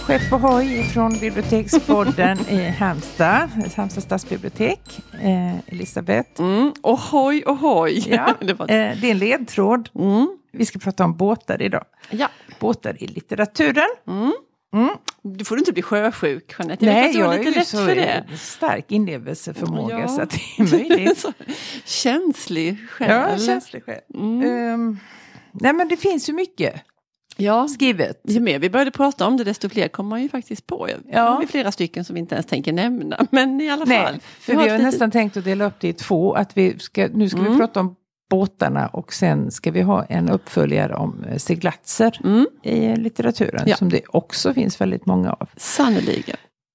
Skepp och hoj från Bibliotekspodden i Halmstad stadsbibliotek. Elisabeth. Ohoj. Ja, det är en ledtråd. Vi ska prata om båtar idag. Ja. Båtar i litteraturen. Du får inte bli sjösjuk, Jeanette. Nej, jag är lite lätt för det. Stark inlevelseförmåga så att det är möjligt. Känslig själ. Ja, känslig själ. Nej, men det finns ju mycket. Ja, skrivet. Ju mer vi började prata om det, desto fler kommer man ju faktiskt på. Ja. Det är flera stycken som vi inte ens tänker nämna. Men i alla fall. Nej, för vi har nästan tänkt att dela upp det i två. Att nu ska vi prata om båtarna och sen ska vi ha en uppföljare om seglatser i litteraturen. Ja. Som det också finns väldigt många av. Sannoliken.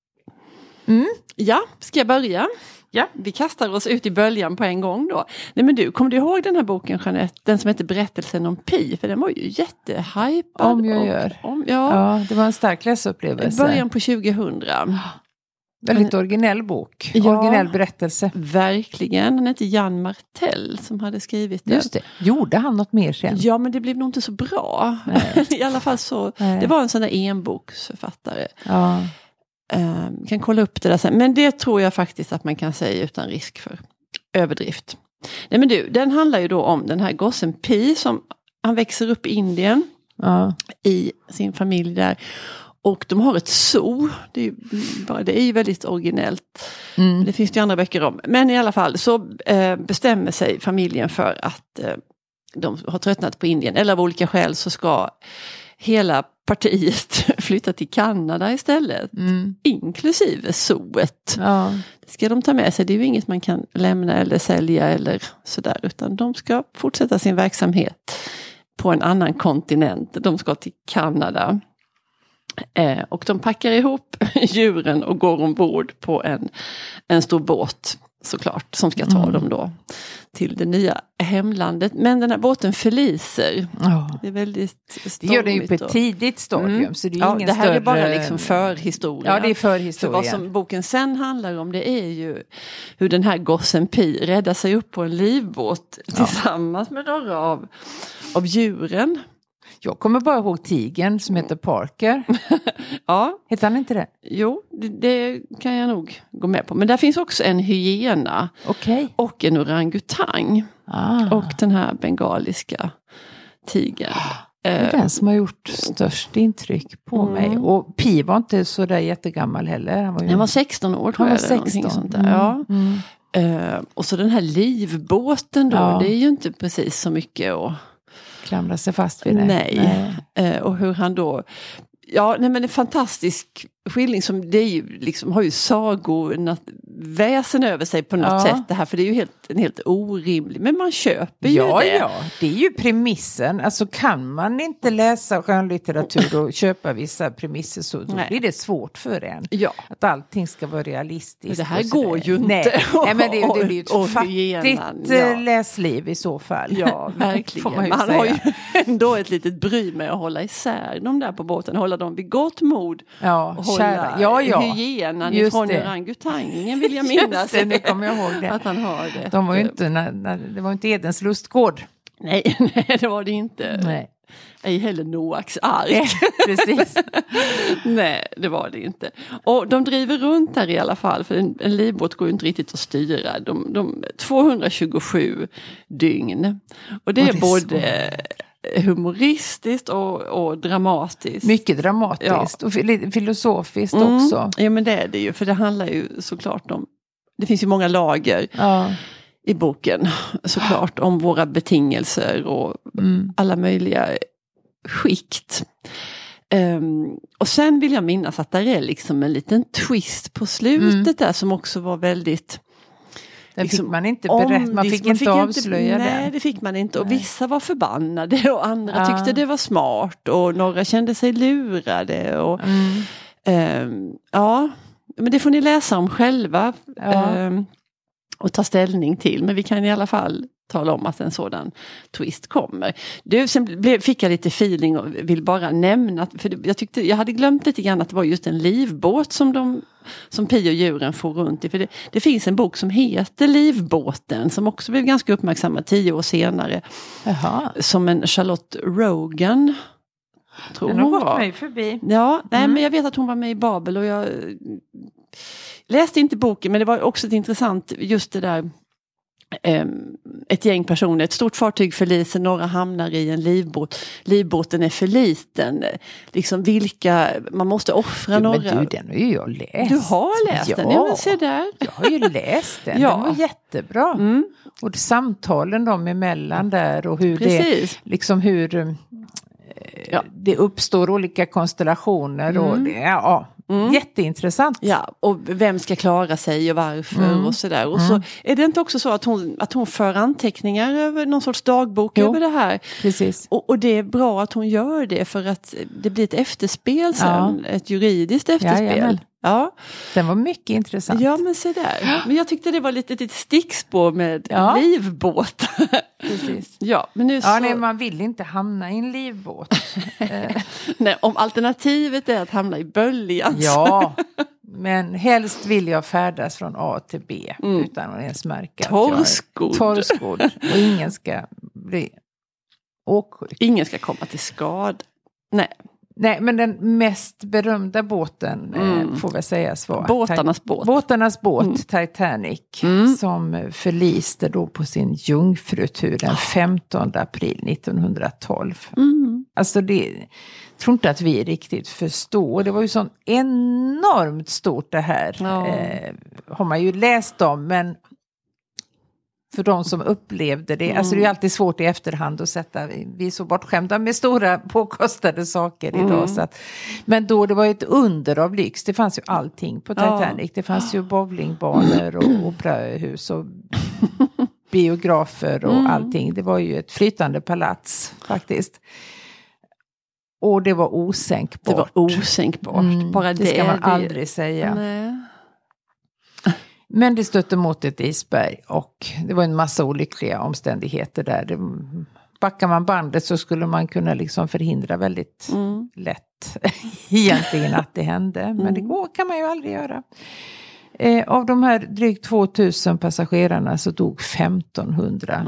Ja, ska jag börja? Ja. Vi kastar oss ut i böljan på en gång då. Nej, men kommer du ihåg den här boken, Jeanette? Den som heter Berättelsen om Pi. För den var ju jättehypad. Om jag gör. Ja, det var en stark läsupplevelse. Början på 2000. Väldigt originell bok. Ja, originell berättelse. Verkligen. Han heter Jan Martell som hade skrivit det. Just det. Gjorde han något mer sen? Ja, men det blev nog inte så bra. I alla fall så. Nej. Det var en sån där enboksförfattare. Ja. Kan kolla upp det där sen. Men det tror jag faktiskt att man kan säga utan risk för överdrift. Nej, men den handlar ju då om den här gossen Pi som han växer upp i Indien i sin familj där. Och de har ett zoo. Det är ju väldigt originellt. Det finns det andra böcker om. Men i alla fall så bestämmer sig familjen för att de har tröttnat på Indien. Eller av olika skäl så ska hela partiet flytta till Kanada istället. Inklusive zooet. Ja. Det ska de ta med sig. Det är ju inget man kan lämna eller sälja eller sådär. Utan de ska fortsätta sin verksamhet på en annan kontinent. De ska till Kanada. Och de packar ihop djuren och går ombord på en stor båt såklart som ska ta dem då till det nya hemlandet. Men den här båten förliser. Det är väldigt stormigt. Det gör det ju på ett tidigt stadium. Så det är ingen det här större... är bara liksom förhistoria. Ja, det är förhistoria. För vad som boken sen handlar om det är ju hur den här gossen Pi räddar sig upp på en livbåt tillsammans med några av djuren. Jag kommer bara ihåg tigern som heter Parker. Ja. Heter han inte det? Jo, det kan jag nog gå med på. Men där finns också en hyena. Och en orangutang. Och den här bengaliska tigern. Det är den som har gjort störst intryck på mig. Och Pi var inte så där jättegammal heller. Han var 16 år tror jag. Han var 16. Sånt där. Ja. Och så den här livbåten då. Det är ju inte precis så mycket att klamra sig fast vid det. Nej. Och hur han då... Ja, nej, men en fantastisk skildring som det är ju liksom har ju väsen över sig på något sätt det här, för det är ju en helt orimlig, men man köper ju det. Ja, det är ju premissen. Alltså kan man inte läsa skönlitteratur och köpa vissa premisser så då blir det svårt för en. Ja. Att allting ska vara realistiskt. Det här går ju inte. Nej, men det blir ju ett fattigt läsliv i så fall. Ja, verkligen. Man har ju ändå ett litet bry med att hålla isär de där på båten, hålla dem vid gott mod. Ja. Hålla hyenan ifrån orangutangen vill jag minnas. Nu kommer jag ihåg det. Att han har det. De var ju inte, det var inte Edens lustgård. Nej, det var det inte. Nej. Ej heller Noaks ark. Precis. Nej, det var det inte. Och de driver runt där i alla fall. För en livbåt går ju inte riktigt att styra. De 227 dygn. Och det är både... humoristiskt och dramatiskt. Mycket dramatiskt och filosofiskt också. Ja, men det är det ju. För det handlar ju såklart om... Det finns ju många lager i boken. Såklart om våra betingelser och alla möjliga skikt. Och sen vill jag minnas att det är liksom en liten twist på slutet där som också var väldigt... Den fick man inte berätta, man fick inte avslöja det. Nej, det fick man inte. Och vissa var förbannade och andra tyckte det var smart. Och några kände sig lurade. Och, men det får ni läsa om själva och ta ställning till. Men vi kan i alla fall tala om att en sådan twist kommer. Sen fick jag lite feeling och vill bara nämna, för jag hade glömt lite grann att det var just en livbåt som Pi och djuren får runt i. För det finns en bok som heter Livbåten som också blev ganska uppmärksammad 10 år senare. Som en Charlotte Rogan tror den hon har gått var. mig förbi. Ja, nej, men jag vet att hon var med i Babel och jag läste inte boken, men det var också ett intressant just det där. Ett gäng personer, ett stort fartyg förliser, några hamnar i en livbåt. Livbåten är för liten. Liksom man måste offra några. Men du, den har ju jag läst. Du har läst den, ja, men se där. Jag har ju läst den, ja. Den var jättebra. Och samtalen dem emellan där och hur Precis. det, liksom hur det uppstår olika konstellationer och det, jätteintressant. Ja, och vem ska klara sig och varför och sådär. Och så är det inte också så att hon för anteckningar över någon sorts dagbok över det här. Precis. Och det är bra att hon gör det för att det blir ett efterspel sen, ett juridiskt efterspel. Ja. Den var mycket intressant. Ja, men se där. Men jag tyckte det var lite ett stickspår med livbåt. Precis. Ja, men nu så... nej, man vill inte hamna i en livbåt. Nej, om alternativet är att hamna i böljan. Ja, men helst vill jag färdas från A till B utan att ens märka. Torrskodd. Och ingen ska bli åksjuk. Ingen ska komma till skad. Nej, men den mest berömda båten får väl sägas vara Båtarnas båt, Titanic, som förliste då på sin jungfrutur den 15 april 1912. Alltså det tror inte att vi riktigt förstår. Det var ju så enormt stort det här. Har man ju läst om, men för de som upplevde det. Alltså det är alltid svårt i efterhand att sätta, vi är så bortskämda med stora påkostade saker idag. Så att, men då det var ett under av lyx. Det fanns ju allting på Titanic. Det fanns ju bowlingbanor och operahus och biografer och allting. Det var ju ett flytande palats faktiskt. Och det var osänkbart. Bara det ska man aldrig säga. Nej. Men det stötte mot ett isberg och det var en massa olyckliga omständigheter där. Backar man bandet så skulle man kunna liksom förhindra väldigt lätt egentligen att det hände. Men det kan man ju aldrig göra. Av de här drygt 2000 passagerarna så dog 1500.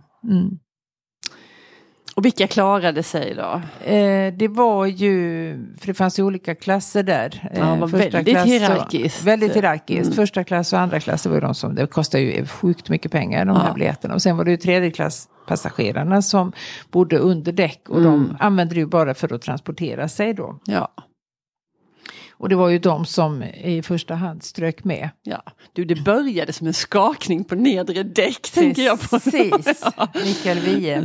Och vilka klarade sig då? Det var ju, för det fanns ju olika klasser där. Ja, det var väldigt hierarkiskt. Väldigt hierarkiskt. Första klass och andra klass var ju de som, det kostade ju sjukt mycket pengar, de här biljetterna. Och sen var det ju tredje klass passagerarna som bodde under däck och de använde det ju bara för att transportera sig då. Ja. Och det var ju de som i första hand strök med. Ja, det började som en skakning på nedre däck, tänker jag på. Precis, Mikael Wiehe.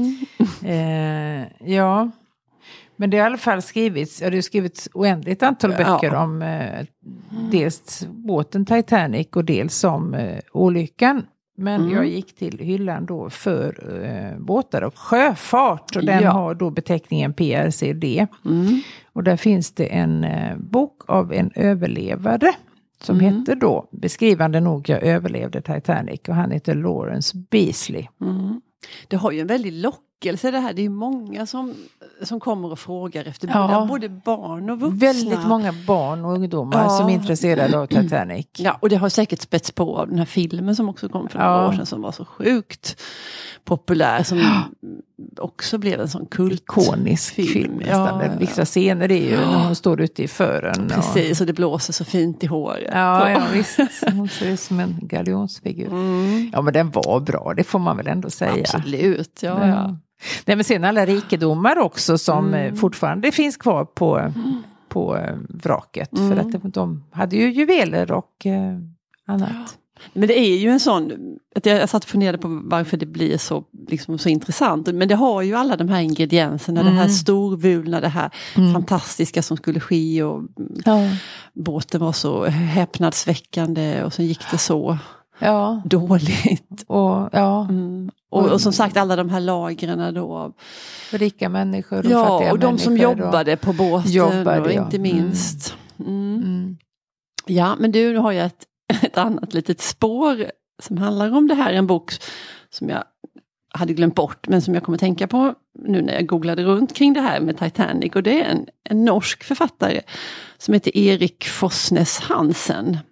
Ja, men det har i alla fall skrivits, det har skrivits oändligt antal böcker om dels båten Titanic och dels om olyckan. Men jag gick till hyllan då för båtar och sjöfart och den har då beteckningen PRCD. Och där finns det en bok av en överlevare som heter då, beskrivande nog, jag överlevde Titanic, och han heter Lawrence Beasley. Det har ju en väldigt lockelse det här, det är många som kommer och frågar efter både barn och vuxna. Väldigt många barn och ungdomar som är intresserade av Titanic. Ja, och det har säkert spets på av den här filmen som också kom för några år sedan som var så sjukt populär, som också blev en sån ikonisk film nästan. Vissa scener är ju när hon står ute i fören. Precis, och det blåser så fint i håret. Ja, visst. Hon ser ut som en galjonsfigur. Ja, men den var bra, det får man väl ändå säga. Absolut, ja. Nej, men sen alla rikedomar också som fortfarande finns kvar på vraket. För att de hade ju juveler och annat. Men det är ju en sån, att jag satt och funderade på varför det blir så, liksom, så intressant. Men det har ju alla de här ingredienserna, det här storvulna, det här fantastiska som skulle ske, och båten var så häpnadsväckande och så gick det så dåligt. Och som sagt alla de här lagren då. Rika människor och fattiga och de människor. Som jobbade på båten och inte minst. Ja, men nu har jag ett annat litet spår som handlar om det här. En bok som jag hade glömt bort men som jag kommer tänka på nu när jag googlade runt kring det här med Titanic. Och det är en norsk författare som heter Erik Fosnes Hansen.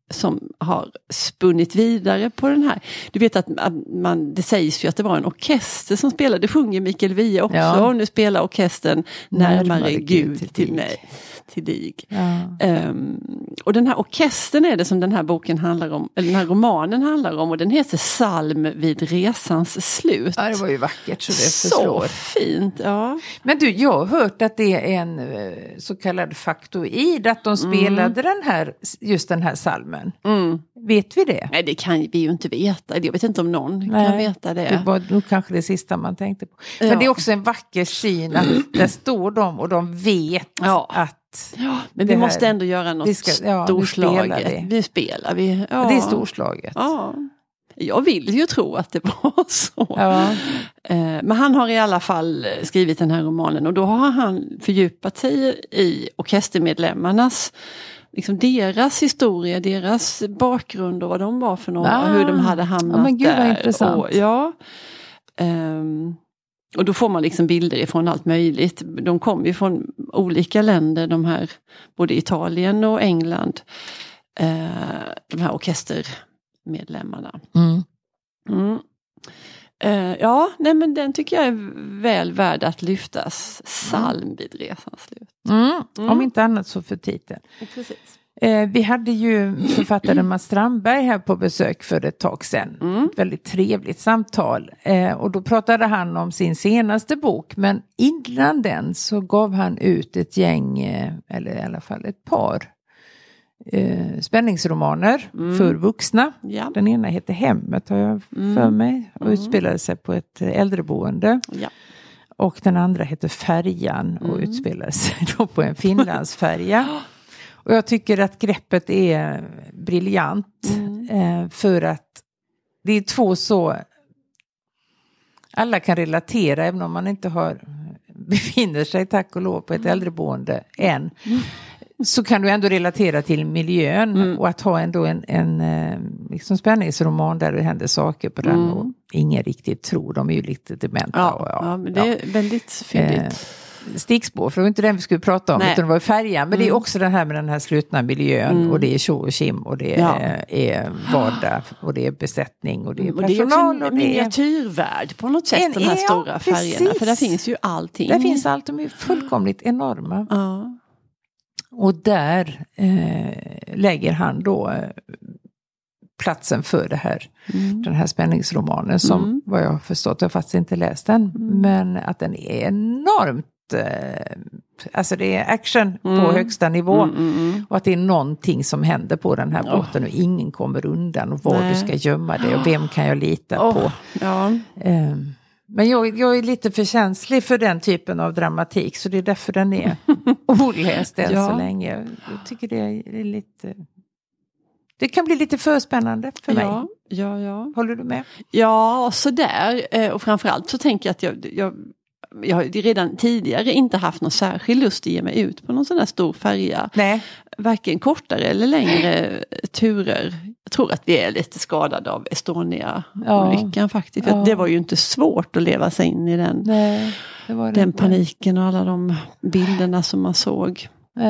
som har spunnit vidare på den här. Du vet att det sägs ju att det var en orkester som spelade. Det sjunger Mikael Wiehe också. Ja. Och nu spelar orkestern Närmare Gud till mig. Till dig. Ja. Och den här orkestern är det som den här boken handlar om. Eller den här romanen handlar om. Och den heter Psalm vid resans slut. Ja, det var ju vackert så det förslår. Så fint, ja. Men du, jag har hört att det är en så kallad faktoid. Att de spelade just den här psalmen. Mm. Vet vi det? Nej, det kan vi ju inte veta. Jag vet inte om någon kan veta det. Det var nog kanske det sista man tänkte på. Men det är också en vacker syn att där står de och de vet att... Ja, men vi måste ändå göra något storslaget. Vi spelar. Det är storslaget. Ja. Jag vill ju tro att det var så. Ja. Men han har i alla fall skrivit den här romanen och då har han fördjupat sig i orkestermedlemmarnas, liksom deras historia, deras bakgrund och vad de var för några och hur de hade hamnat men gud, vad intressant. Och då får man liksom bilder ifrån allt möjligt. De kommer ju från olika länder, de här, både Italien och England. De här orkestermedlemmarna. Men den tycker jag är väl värd att lyftas. Psalm vid resans slut. Om inte annat så för titeln. Precis. Vi hade ju författaren Mats Strandberg här på besök för ett tag sedan. Ett väldigt trevligt samtal. Och då pratade han om sin senaste bok. Men innan den så gav han ut ett gäng, eller i alla fall ett par spänningsromaner för vuxna. Ja. Den ena heter Hemmet har jag för mig. Och utspelade sig på ett äldreboende. Ja. Och den andra heter Färjan och utspelade sig då på en Finlandsfärja. Och jag tycker att greppet är briljant. För att det är två så... Alla kan relatera även om man inte befinner sig tack och lov på ett äldreboende än. Så kan du ändå relatera till miljön och att ha ändå en liksom spänningsroman där det händer saker på den och ingen riktigt tror. De är ju lite dementa. Men det är väldigt fyndigt. Stickspår, för det var inte den vi skulle prata om utan det var Färjan, men det är också den här med den här slutna miljön och det är tjo och kim och det är vardag och det är besättning och det är personal. Och det är också en miniatyrvärld på något sätt, de här stora färgerna, för där finns ju allting. Där finns allt, de är fullkomligt enorma. Och där lägger han då platsen för det här, den här spänningsromanen som vad jag har förstått, jag har faktiskt inte läst den, men att den är enormt alltså det är action på högsta nivå och att det är någonting som händer på den här båten och ingen kommer undan och var du ska gömma dig och vem kan jag lita på. Men jag är lite för känslig för den typen av dramatik så det är därför den är oläst än så länge. Jag tycker det är lite... Det kan bli lite för spännande för mig. Ja. Håller du med? Ja, sådär. Och framförallt så tänker jag att jag har redan tidigare inte haft någon särskild lust att ge mig ut på någon sån här stor färja. Nej. Varken kortare eller längre turer. Jag tror att vi är lite skadade av Estonia-olyckan faktiskt. För det var ju inte svårt att leva sig in i den, den paniken och alla de bilderna som man såg.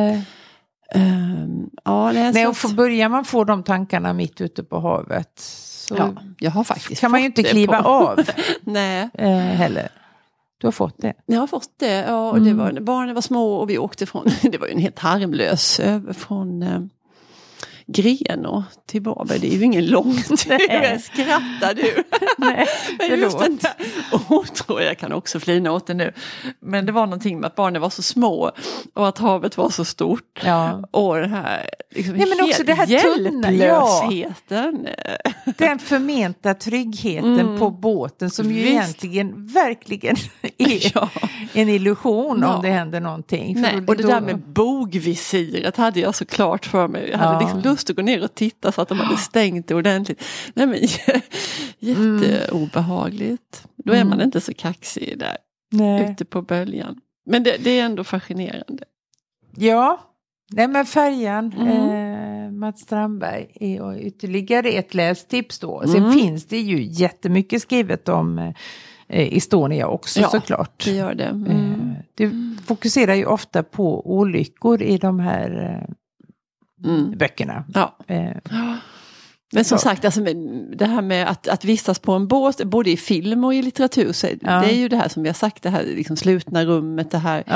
Börjar man få de tankarna mitt ute på havet så jag har faktiskt kan man ju inte kliva av. Nej. Heller. Du har fått det? Jag har fått det, och det var, barnen var små och vi åkte från, det var ju en helt harmlös från Grenå till Varberg. Det är ju ingen lång tur. Skrattar du? Nej, men just den där, tror jag kan också flina åt det nu. Men det var någonting med att barnen var så små och att havet var så stort. Ja. Och det här, liksom, men också det här hjälplösheten. Den förmenta tryggheten på båten som ju egentligen verkligen är en illusion om det händer någonting. Nej, och det där med bogvisiret hade jag så klart för mig. Jag hade liksom lust att gå ner och titta så att de hade stängt det ordentligt. Nej, men jätteobehagligt. Då är man inte så kaxig där ute på böljan. Men det är ändå fascinerande. Ja, men Färjan, Mats Strandberg är ytterligare ett lästips då. Sen finns det ju jättemycket skrivet om Estonia också såklart. Det gör det. Du fokuserar ju ofta på olyckor i de här böckerna. Ja. Men som sagt, alltså, det här med att vistas på en båt, både i film och i litteratur, så det är ju det här som vi har sagt, det här liksom slutna rummet, det här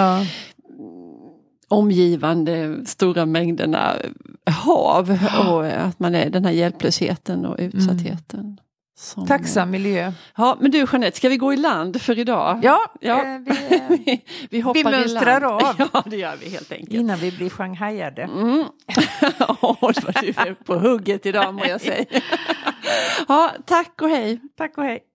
omgivande stora mängderna hav och att man är den här hjälplösheten och utsattheten. Tacksam miljö. Ja, men du Jeanette, ska vi gå i land för idag? Ja. Vi hoppar vi mönstrar av. Ja, det gör vi helt enkelt. Innan vi blir shanghajade. Du är på hugget idag, må jag säga. Ja, tack och hej. Tack och hej.